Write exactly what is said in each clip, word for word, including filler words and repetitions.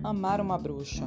Amar uma bruxa.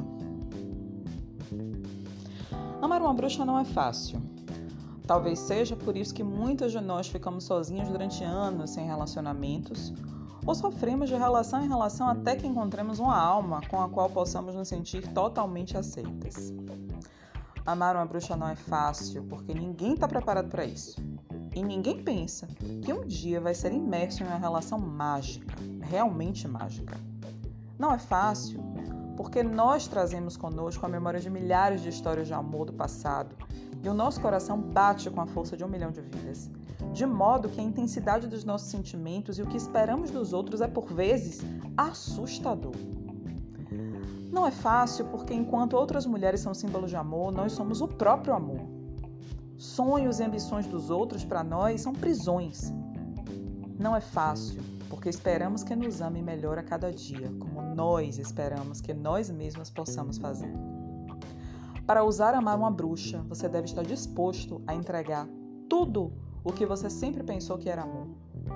Amar uma bruxa não é fácil. Talvez seja por isso que muitas de nós ficamos sozinhos durante anos sem relacionamentos, ou sofremos de relação em relação até que encontremos uma alma com a qual possamos nos sentir totalmente aceitas. Amar uma bruxa não é fácil porque ninguém está preparado para isso. E ninguém pensa que um dia vai ser imerso em uma relação mágica, realmente mágica. Não é fácil porque nós trazemos conosco a memória de milhares de histórias de amor do passado e o nosso coração bate com a força de um milhão de vidas, de modo que a intensidade dos nossos sentimentos e o que esperamos dos outros é, por vezes, assustador. Não é fácil porque, enquanto outras mulheres são símbolos de amor, nós somos o próprio amor. Sonhos e ambições dos outros para nós são prisões. Não é fácil porque esperamos que nos amem melhor a cada dia, como nós esperamos que nós mesmos possamos fazer. Para ousar amar uma bruxa, você deve estar disposto a entregar tudo o que você sempre pensou que era amor.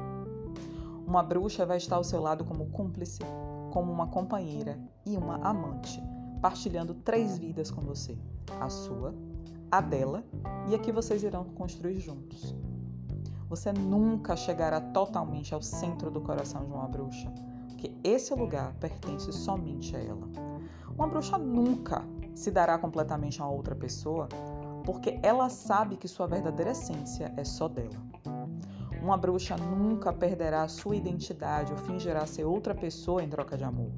Uma bruxa vai estar ao seu lado como cúmplice, como uma companheira e uma amante, partilhando três vidas com você: a sua, a dela e a que vocês irão construir juntos. Você nunca chegará totalmente ao centro do coração de uma bruxa, porque esse lugar pertence somente a ela. Uma bruxa nunca se dará completamente a uma outra pessoa, porque ela sabe que sua verdadeira essência é só dela. Uma bruxa nunca perderá a sua identidade ou fingirá ser outra pessoa em troca de amor.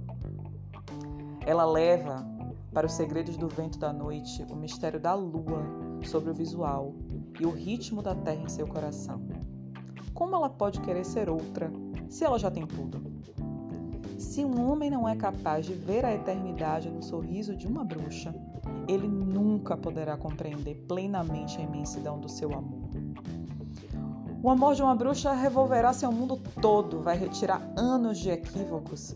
Ela leva para os segredos do vento da noite o mistério da lua sobre o visual e o ritmo da terra em seu coração. Como ela pode querer ser outra se ela já tem tudo? Se um homem não é capaz de ver a eternidade no sorriso de uma bruxa, ele nunca poderá compreender plenamente a imensidão do seu amor. O amor de uma bruxa revolverá seu mundo todo, vai retirar anos de equívocos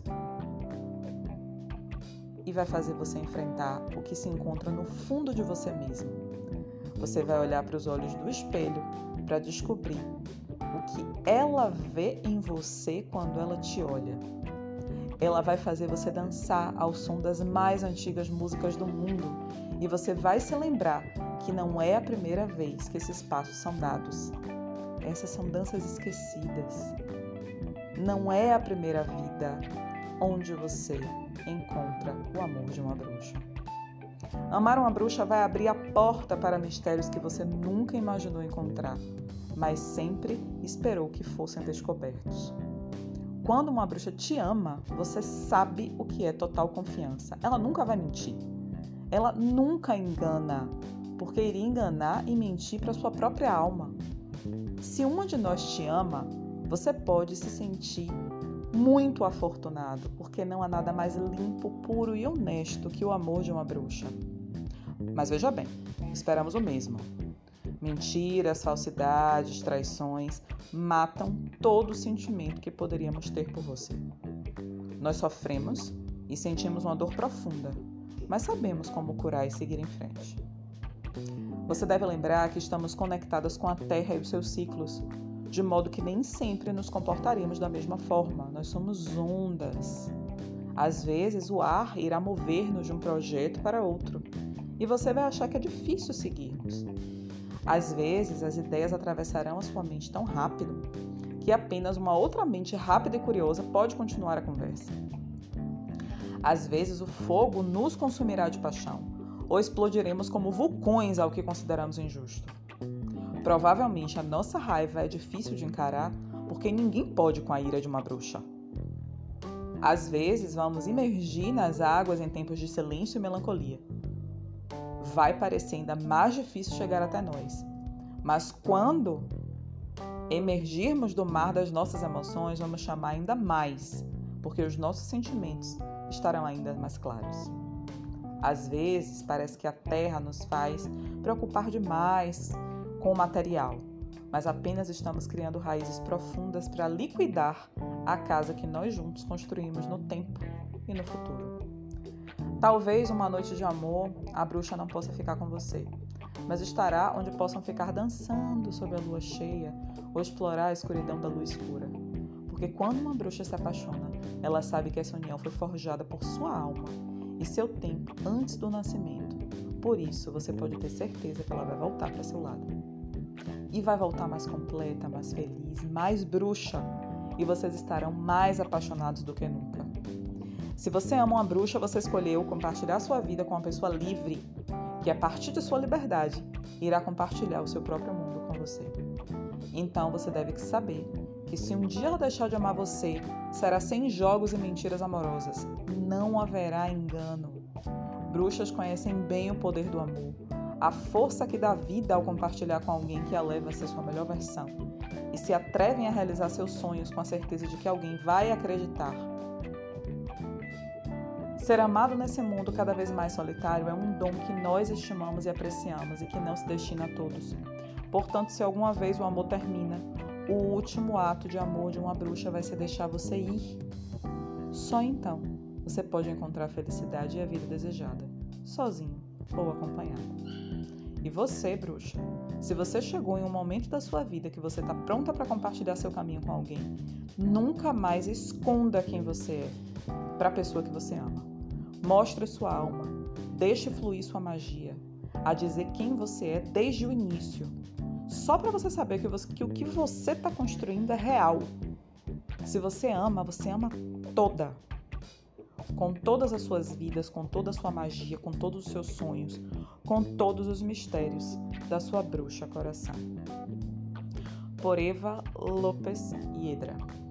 e vai fazer você enfrentar o que se encontra no fundo de você mesmo. Você vai olhar para os olhos do espelho para descobrir o que ela vê em você quando ela te olha. Ela vai fazer você dançar ao som das mais antigas músicas do mundo e você vai se lembrar que não é a primeira vez que esses passos são dados. Essas são danças esquecidas. Não é a primeira vida onde você encontra o amor de uma bruxa. Amar uma bruxa vai abrir a porta para mistérios que você nunca imaginou encontrar, mas sempre esperou que fossem descobertos. Quando uma bruxa te ama, você sabe o que é total confiança. Ela nunca vai mentir. Ela nunca engana, porque iria enganar e mentir para sua própria alma. Se uma de nós te ama, você pode se sentir muito afortunado, porque não há nada mais limpo, puro e honesto que o amor de uma bruxa. Mas veja bem, esperamos o mesmo. Mentiras, falsidades, traições matam todo o sentimento que poderíamos ter por você. Nós sofremos e sentimos uma dor profunda, mas sabemos como curar e seguir em frente. Você deve lembrar que estamos conectadas com a Terra e os seus ciclos, de modo que nem sempre nos comportaremos da mesma forma. Nós somos ondas. Às vezes, o ar irá mover-nos de um projeto para outro, e você vai achar que é difícil seguirmos. Às vezes, as ideias atravessarão a sua mente tão rápido que apenas uma outra mente rápida e curiosa pode continuar a conversa. Às vezes, o fogo nos consumirá de paixão, ou explodiremos como vulcões ao que consideramos injusto. Provavelmente, a nossa raiva é difícil de encarar porque ninguém pode com a ira de uma bruxa. Às vezes, vamos imergir nas águas em tempos de silêncio e melancolia. Vai parecer ainda mais difícil chegar até nós. Mas quando emergirmos do mar das nossas emoções, vamos chamar ainda mais, porque os nossos sentimentos estarão ainda mais claros. Às vezes, parece que a terra nos faz preocupar demais com o material, mas apenas estamos criando raízes profundas para liquidar a casa que nós juntos construímos no tempo e no futuro. Talvez uma noite de amor a bruxa não possa ficar com você, mas estará onde possam ficar dançando sob a lua cheia ou explorar a escuridão da lua escura. Porque quando uma bruxa se apaixona, ela sabe que essa união foi forjada por sua alma e seu tempo antes do nascimento. Por isso, você pode ter certeza que ela vai voltar para seu lado. E vai voltar mais completa, mais feliz, mais bruxa, e vocês estarão mais apaixonados do que nunca. Se você ama uma bruxa, você escolheu compartilhar sua vida com uma pessoa livre, que a partir de sua liberdade, irá compartilhar o seu próprio mundo com você. Então você deve saber que se um dia ela deixar de amar você, será sem jogos e mentiras amorosas. Não haverá engano. Bruxas conhecem bem o poder do amor, a força que dá vida ao compartilhar com alguém que a leva a ser sua melhor versão, e se atrevem a realizar seus sonhos com a certeza de que alguém vai acreditar. Ser amado nesse mundo cada vez mais solitário é um dom que nós estimamos e apreciamos e que não se destina a todos. Portanto, se alguma vez o amor termina, o último ato de amor de uma bruxa vai ser deixar você ir. Só então você pode encontrar a felicidade e a vida desejada, sozinho ou acompanhado. E você, bruxa, se você chegou em um momento da sua vida que você está pronta para compartilhar seu caminho com alguém, nunca mais esconda quem você é para a pessoa que você ama. Mostre sua alma, deixe fluir sua magia, a dizer quem você é desde o início, só para você saber que, você, que o que você está construindo é real. Se você ama, você ama toda, com todas as suas vidas, com toda a sua magia, com todos os seus sonhos, com todos os mistérios da sua bruxa coração. Por Eva Lopes Hiedra.